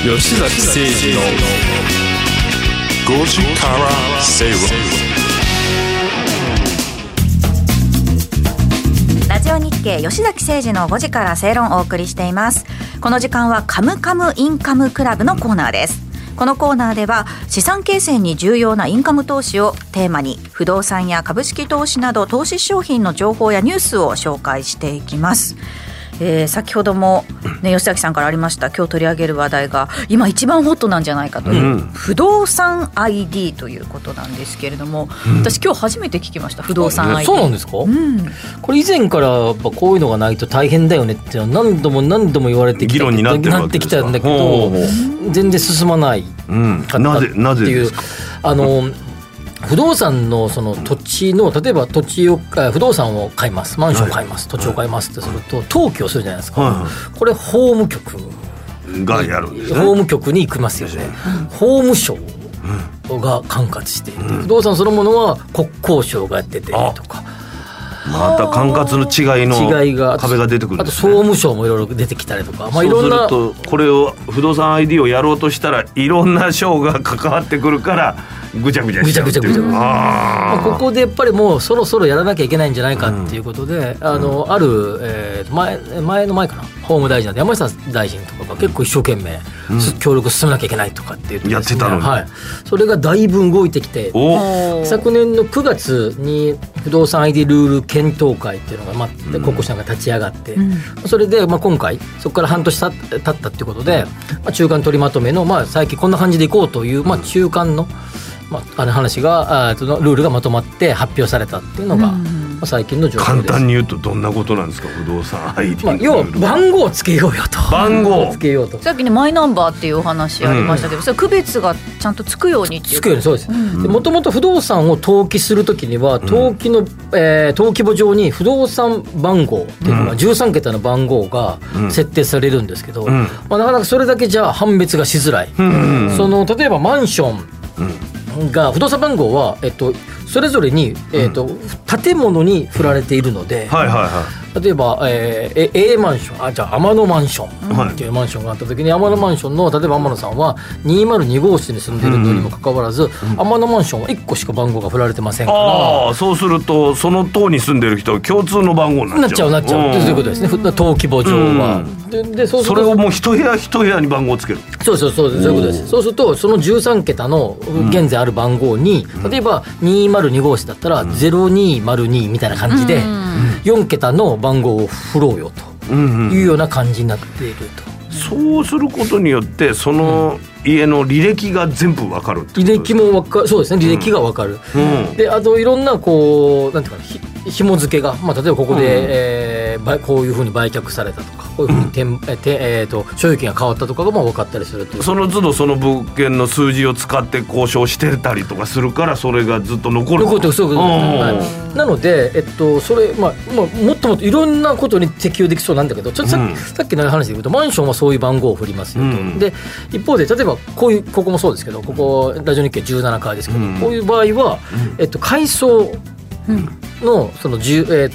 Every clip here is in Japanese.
吉崎誠二の5時から正論。 ラジオ日経吉崎誠二の5時から正論をお送りしています。この時間はカムカムインカムクラブのコーナーです。このコーナーでは資産形成に重要なインカム投資をテーマに不動産や株式投資など投資商品の情報やニュースを紹介していきます。先ほども、吉崎さんからありました今日取り上げる話題が今一番ホットなんじゃないかという、不動産 ID ということなんですけれども、私今日初めて聞きました。不動産 ID。 そうなんですか、これ以前からやっぱこういうのがないと大変だよねっていうのは何度も言われてきた議論になってきたんだけど、 全然進まないかったっていう、 なぜですか。 不動産のその土地の例えば不動産を買います、マンションを買います、土地を買いますってすると登記をするじゃないですか、これ法務局がやるんですね。 法務局に行きますよね、法務省が管轄していて、不動産そのものは国交省がやっててとか、 また管轄の違いが壁が出てくるんですね。 あと総務省もいろいろ出てきたりとか、いろんな。 そうするとこれを不動産 ID をやろうとしたらいろんな省が関わってくるからぐちゃぐちゃしちゃうっていう。 ここでやっぱりもうそろそろやらなきゃいけないんじゃないかっていうことで、ある、前かな、法務大臣の山下大臣とかが結構一生懸命、協力進めなきゃいけないとかって言って、 やってたのに、 それがだいぶ動いてきて、昨年の9月に不動産 ID ルール検討会っていうのが、国交省が立ち上がって、それで、今回そこから半年経ったっていうことで、中間取りまとめの、最近こんな感じでいこうという、中間の話がルールがまとまって発表されたっていうのが、最近の状況です。 簡単に言うとどんなことなんですか、不動産 ID。 要は番号をつけようよと。 番号つけようと。 さっきねマイナンバーっていうお話ありましたけど、それ区別がちゃんとつくようにっていう。 つくように、そうです。もともと不動産を登記するときには登記簿上に不動産番号っていうのが13桁の番号が設定されるんですけど、なかなかそれだけじゃ判別がしづらい。例えばマンションが不動産番号は、それぞれに、建物に振られているので、例えば、A マンション、じゃあ天野マンションっていうマンションがあった時に、天野マンションの例えば天野さんは202号室に住んでいるのにもかかわらず、天野マンションは1個しか番号が振られてませんから、 そうするとその棟に住んでる人は共通の番号になっちゃうということですね。登記簿上は、 それをもう一部屋一部屋に番号をつける。そういうことです。そうするとその13桁の現在ある番号に、例えば202号室だったら0202みたいな感じで4桁の番号を振ろうよというような感じになっていると。 そうすることによってその家の履歴が全部分かるってことですか。 履歴も分かる。そうですね、履歴が分かる。で、あといろんななんていうか紐付けが、例えばここで、こういうふうに売却されたとか、こういうふうに所有権が変わったとかが分かったりするという。 その都度その物件の数字を使って交渉してたりとかするから、それがずっと残る。 そういうことです。なので、それ、もっともっといろんなことに適用できそうなんだけど、ちょっとさっきの話で言うと、マンションはそういう番号を振りますよと。で、一方で例えばここもそうですけど、ここラジオ日経17階ですけど、こういう場合は、階層のその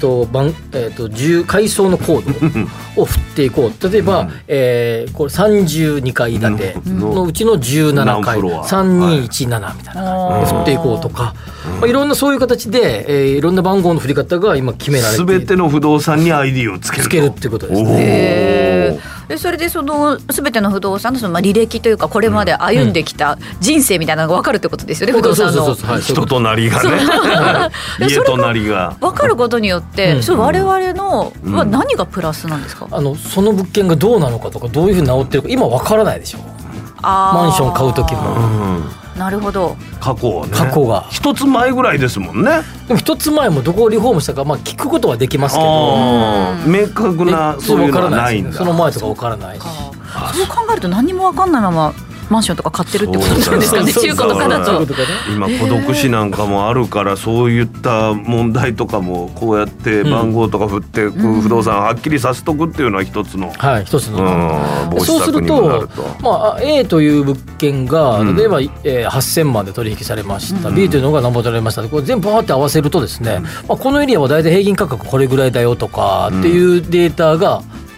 階層のコードを振っていこう。例えば、これ32階建てのうちの17階3217みたいな振っていこうとか、いろんなそういう形で、いろんな番号の振り方が今決められている。 全ての不動産に ID をつけるっていうことですね。 それでその全ての不動産の、履歴というか、これまで歩んできた人生みたいなのが分かるってことですよね、不動産の人となりがね家となりが分かることによって、それ我々のは何がプラスなんですか。 その物件がどうなのかとか、どういうふうに治ってるか今分からないでしょ。マンション買う時も。 なるほ過去が一つ前ぐらいですもんね。 でも一つ前もどこをリフォームしたか、聞くことはできますけど、 明確なそういうのはないんだ。 その前とか分からないし、 そう考えると何も分かんないままマンションとか買ってるってことなんですかね。中古とかだと今孤独死なんかもあるから、そういった問題とかもこうやって番号とか振って不動産はっきりさせとくっていうのは一つの防止策にもなると。A という物件が例えば、8000万で取引されました、B というのが何ぼ取られました。これ全部バーって合わせるとですね、このエリアは大体平均価格これぐらいだよとかっていうデータが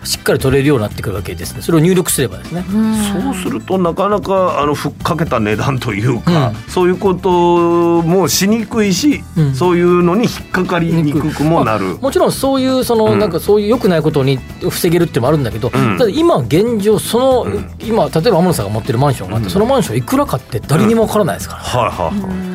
しっかり取れるようになってくるわけですね。それを入力すればですね。 そうするとなかなかふっかけた値段というか、そういうこともしにくいし、そういうのに引っかかりにくくもなる。 もちろんそういうなんかそういう良くないことに防げるっていうのもあるんだけど、ただ今現状今例えば天野さんが持ってるマンションがあって、そのマンションいくらかって誰にも分からないですから、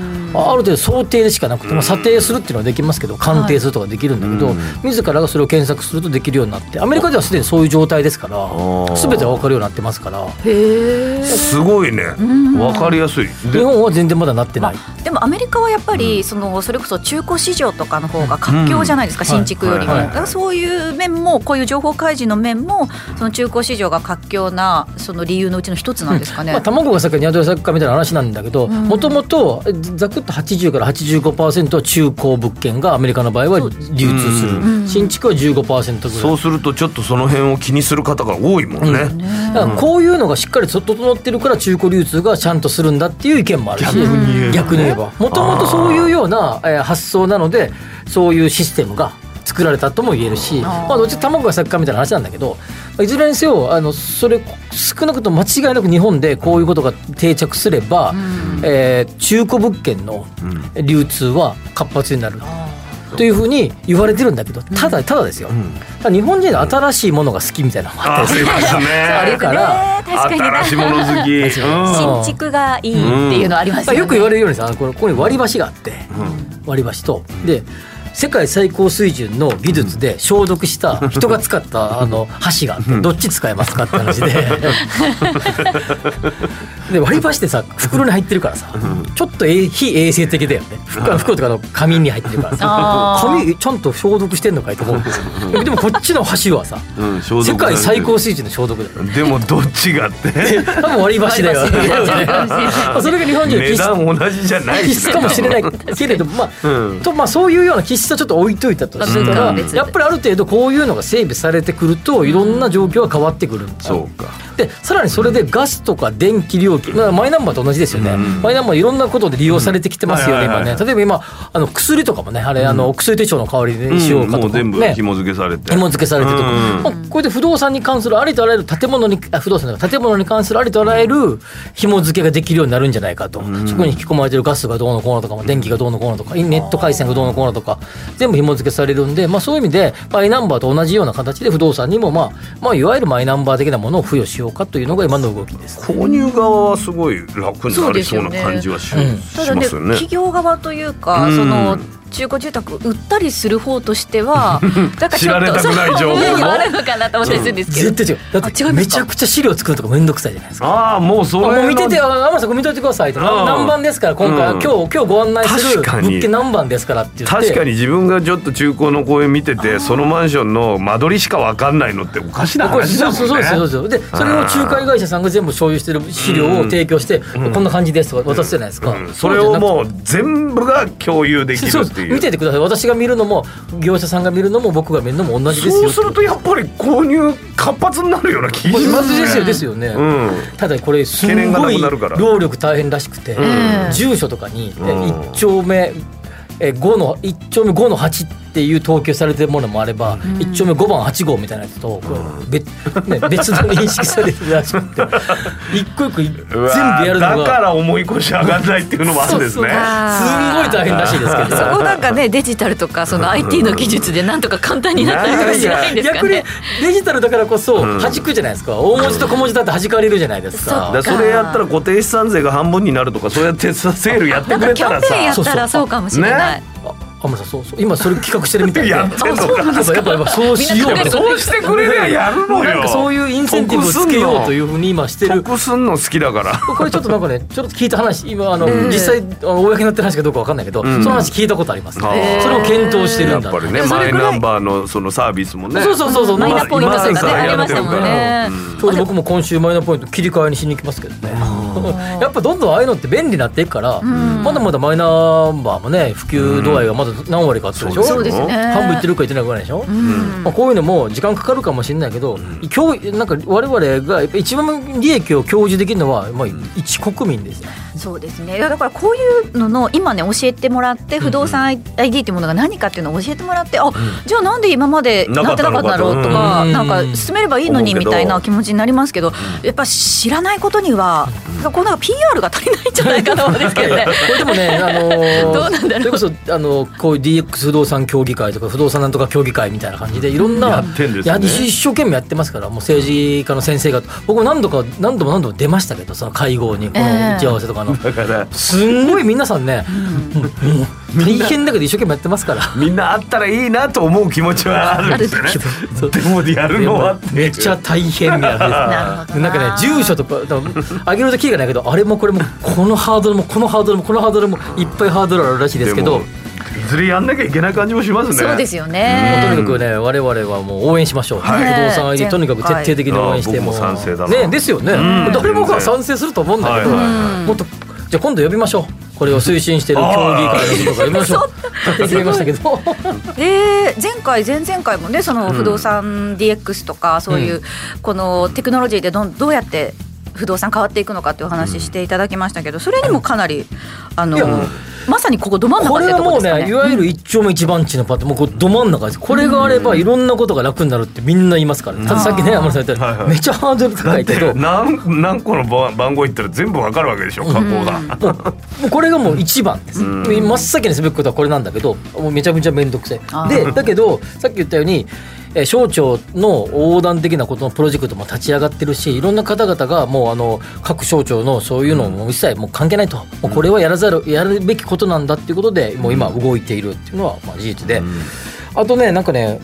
ある程度想定でしかなくて、査定するっていうのはできますけど、鑑定するとかできるんだけど、自らがそれを検索するとできるようになって、アメリカではすでにそういう状態ですから、全てが分かるようになってますから。 すごいね、分かりやすい。 日本は全然まだなってない。 でもアメリカはやっぱりそれこそ中古市場とかの方が活況じゃないですか、新築よりも。だからそういう面も、こういう情報開示の面も、その中古市場が活況なその理由のうちの一つなんですかね。 卵が先か鶏が先かみたいな話なんだけど、もともとざくっと80から 85% は中古物件がアメリカの場合は流通する、新築は 15% ぐらい。 そうするとちょっとその辺を気にする方が多いもんね。 だからこういうのがしっかり整ってるから中古流通がちゃんとするんだっていう意見もあるし、逆に言えばもともとそういうような発想なので、そういうシステムが作られたとも言えるし、どっち卵が先かみたいな話なんだけど、いずれにせよそれ少なくとも間違いなく日本でこういうことが定着すれば、中古物件の流通は活発になるというふうに言われてるんだけど、ただですよ、日本人の新しいものが好きみたいなのがあったりあるから、 新しいもの好き、 新築がいいっていうのありますよね。 よく言われるようにさ、ここに割り箸があって、割り箸とで世界最高水準の技術で消毒した人が使った箸があって、どっち使えますかって話でで割り箸ってさ、袋に入ってるからさ、ちょっと非衛生的だよね。袋とかの紙に入ってるからさ、紙ちゃんと消毒してんのかいと思うんですよ。でもこっちの箸はさ、世界最高水準の消毒だよ。 でもどっちがって多分割り箸だよそれが日本人の値段同じじゃない気質かもしれないけれども、そういうような気質はちょっと置いといたとしたら、やっぱりある程度こういうのが整備されてくると、いろんな状況が変わってくる。 そうか。 でさらにそれでガスとか電気料金、マイナンバーと同じですよね。マイナンバーいろんなことで利用されてきてますよね、今ね。例えば今薬とかもね、あれ薬手帳の代わりにしようかとか、 もう全部紐付けされて、 紐付けされてとか、これで不動産に関するありとあらゆる建物に関するありとあらゆる紐付けができるようになるんじゃないかと。そこに引き込まれてるガスがどうのこうのとか、電気がどうのこうのとか、ネット回線がどうのこうのとか、全部紐付けされるんで、そういう意味でマイナンバーと同じような形で不動産にもいわゆるマイナンバー的なものを付与しようかというのが今の動きです。 購入側はすごい楽になりそうな感じはしますよね。 企業側というか、中古住宅売ったりする方としてはだから知られたくない情報もあるのかなと思ったりするんですけど、 絶対違う。だってめちゃくちゃ資料作るとかめんどくさいじゃないですか。 もうそれもう見てて、天野さん見といてくださいって、何番ですから今回、今日ご案内する物件何番ですからって言って、 確かに自分がちょっと中古の公園見てて、そのマンションの間取りしか分かんないのっておかしな話だもんね。 そうですで、それを仲介会社さんが全部所有してる資料を提供して、こんな感じですとか渡すじゃないですか。 それをもう全部が共有できるっていう。 見ててください。私が見るのも業者さんが見るのも僕が見るのも同じですよ。 そうするとやっぱり購入活発になるような気がしますね。 ですよね。ただこれすごい労力大変らしくて、住所とかに1丁目5の8っていう統計されてるものもあれば、1丁目5番8号みたいなやつと別の認識されてるらしくて、一個一個全部やるのがだから重い腰上がらないっていうのもあるんですね。 すんごい大変らしいですけど、 そこなんかね、デジタルとかその IT の技術でなんとか簡単になったりとかしないんですかね。 逆にデジタルだからこそ弾くじゃないですか。大文字と小文字だって弾かれるじゃないですか。 それやったら固定資産税が半分になるとか、そうやってセールやってくれたらさ、 キャンペーンやったらそうかもしれない。 天野さん、そう今それ企画してるみたいでやってんのか。 やっぱそうしよう、 そうしてくれりゃやるのよ。 なんかそういうインセンティブをつけようというふうに今してる。 得すんの好きだから。 これちょっとなんかね、ちょっと聞いた話、今実際公になってる話かどうか分かんないけど、その話聞いたことあります。それを検討してるんだ。 やっぱりね、マイナンバーのそのサービスもね。 そうマイナポイントとかね、ありましたもんね。 ちょうど僕も今週マイナポイント切り替えにしに行きますけどね。やっぱどんどんああいうのって便利になっていくから、まだまだマイナンバーもね、普及度合いがまだ何割かあってるでしょ。 そうですね。 半分いってるかいってないぐらいでしょ。こういうのも時間かかるかもしれないけど、なんか我々が一番利益を享受できるのは一国民です。 そうですね。だからこういうのの今ね教えてもらって不動産 ID っていうものが何かっていうのを教えてもらって、じゃあなんで今までなってなかったんだろうとか、なんか進めればいいのにみたいな気持ちになりますけど、やっぱ知らないことにはこうなんか PR が足りないんじゃないかと思うんですけどね。 これでもね、 どうなんだろう。 それこそこういう DX 不動産協議会とか不動産なんとか協議会みたいな感じでいろんなやってんですね。 一生懸命やってますから、もう政治家の先生が僕も何度も出ましたけど、その会合にこの打ち合わせとかの、 だからすんごい皆さんね、大変だけど一生懸命やってますから、 みんなあったらいいなと思う気持ちはあるんですよね。でもやるのはめっちゃ大変みたいななんかね、住所とか上げるとキリがないけど、あれもこれもこのハードルもこのハードルもこのハードルもいっぱいハードルあるらしいですけど、 いずれやんなきゃいけない感じもしますね。 そうですよね。 とにかくね、我々はもう応援しましょう、不動産 ID とにかく徹底的に応援して、 僕も賛成だな、 ね、ですよね、誰もが賛成すると思うんだけど、もっとじゃあ今度呼びましょう、これを推進している協議会の人とか呼びましょうって言いましたけど前々回もね、その不動産 DX とかそういうこのテクノロジーでどうやって不動産変わっていくのかっていうお話していただきましたけど、それにもかなりまさにここど真ん中ってとこですかね。 これはもうね、いわゆる一丁目一番地のパターン、もうこれど真ん中です。これがあればいろんなことが楽になるってみんな言いますから、たださっきね山田さん言ったらめっちゃハードル高いけど、 何個の番号言ったら全部わかるわけでしょ、加工が。 もうこれがもう一番です。真っ先にすべきことはこれなんだけど、もうめちゃめちゃ面倒くせえで、だけどさっき言ったように省庁の横断的なことのプロジェクトも立ち上がってるし、いろんな方々がもう各省庁のそういうのも一切もう関係ないと、もうこれはやるべきことなんだっていうことでもう今動いているっていうのはまあ事実で、あとね、なんかね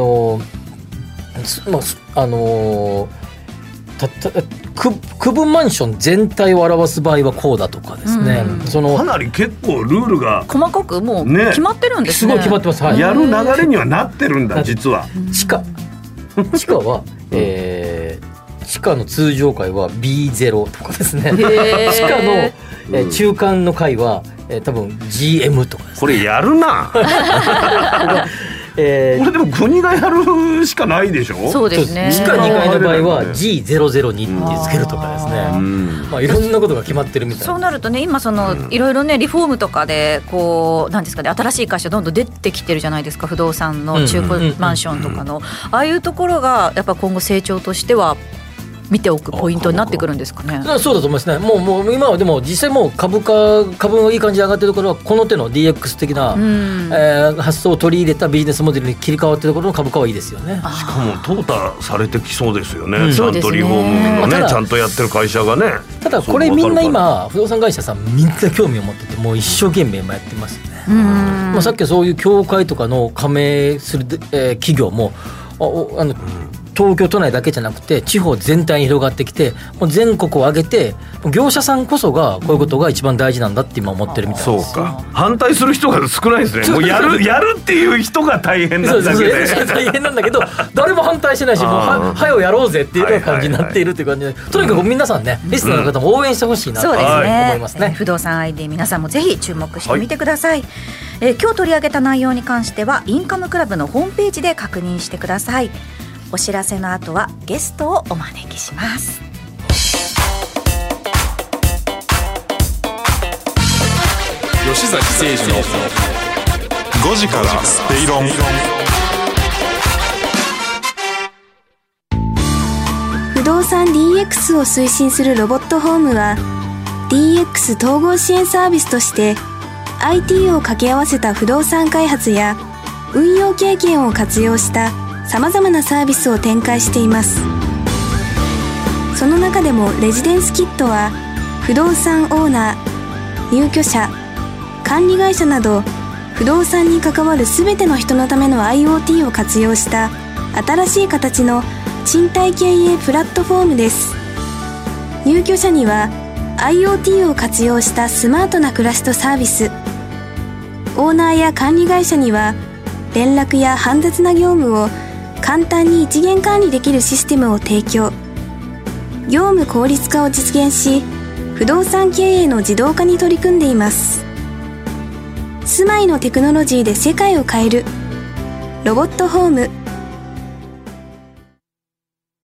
区分マンション全体を表す場合はこうだとかですね、 かなり結構ルールが細かくもう決まってるんですね。 すごい決まってます、はい、 やる流れにはなってるんだ実は。 地価は、地価の通常階は B0 とかですね、地価の、中間の階は、多分 GM とかですね。 これやるなこれでも国がやるしかないでしょ。 そうですね。 地下2階の場合は G002 ってつけるとかですね、まあいろんなことが決まってるみたいな。 そうなるとね、今いろいろねリフォームとかでこうなんですかね、新しい会社どんどん出てきてるじゃないですか、不動産の中古マンションとかのああいうところがやっぱ今後成長としては見ておくポイントになってくるんですかね。 そうだと思いますね。もう今はでも実際もう株がいい感じで上がってるところはこの手の DX 的な、発想を取り入れたビジネスモデルに切り替わってるところの株価はいいですよね。 しかも淘汰されてきそうですよね、ちゃんとリフォームのね、ちゃんとやってる会社がね。 ただこれみんな今不動産会社さんみんな興味を持ってて、もう一生懸命今やってますよね。まあ、さっきそういう協会とかの加盟する、企業も東京都内だけじゃなくて地方全体に広がってきて、もう全国を挙げて業者さんこそがこういうことが一番大事なんだって今思ってるみたいです。 そうか、反対する人が少ないですね。もうやるっていう人が大変なんだけど、 大変なんだけど誰も反対してないし、もうはよやろうぜっていうような感じになっているという感じで、とにかく皆さんね、リスナーの方も応援してほしいなと思いますね。 不動産 ID 皆さんもぜひ注目してみてください。今日取り上げた内容に関してはインカムクラブのホームページで確認してください。お知らせの後はゲストをお招きします。 吉崎誠二の5時から正論。 不動産 DX を推進するロボットホームは DX 統合支援サービスとして IT を掛け合わせた不動産開発や運用経験を活用したさまざまなサービスを展開しています。その中でもレジデンスキットは不動産オーナー、入居者、管理会社など不動産に関わる全ての人のための IoT を活用した新しい形の賃貸経営プラットフォームです。入居者には IoT を活用したスマートな暮らしとサービス、オーナーや管理会社には連絡や煩雑な業務を簡単に一元管理できるシステムを提供、業務効率化を実現し不動産経営の自動化に取り組んでいます。住まいのテクノロジーで世界を変えるロボットホーム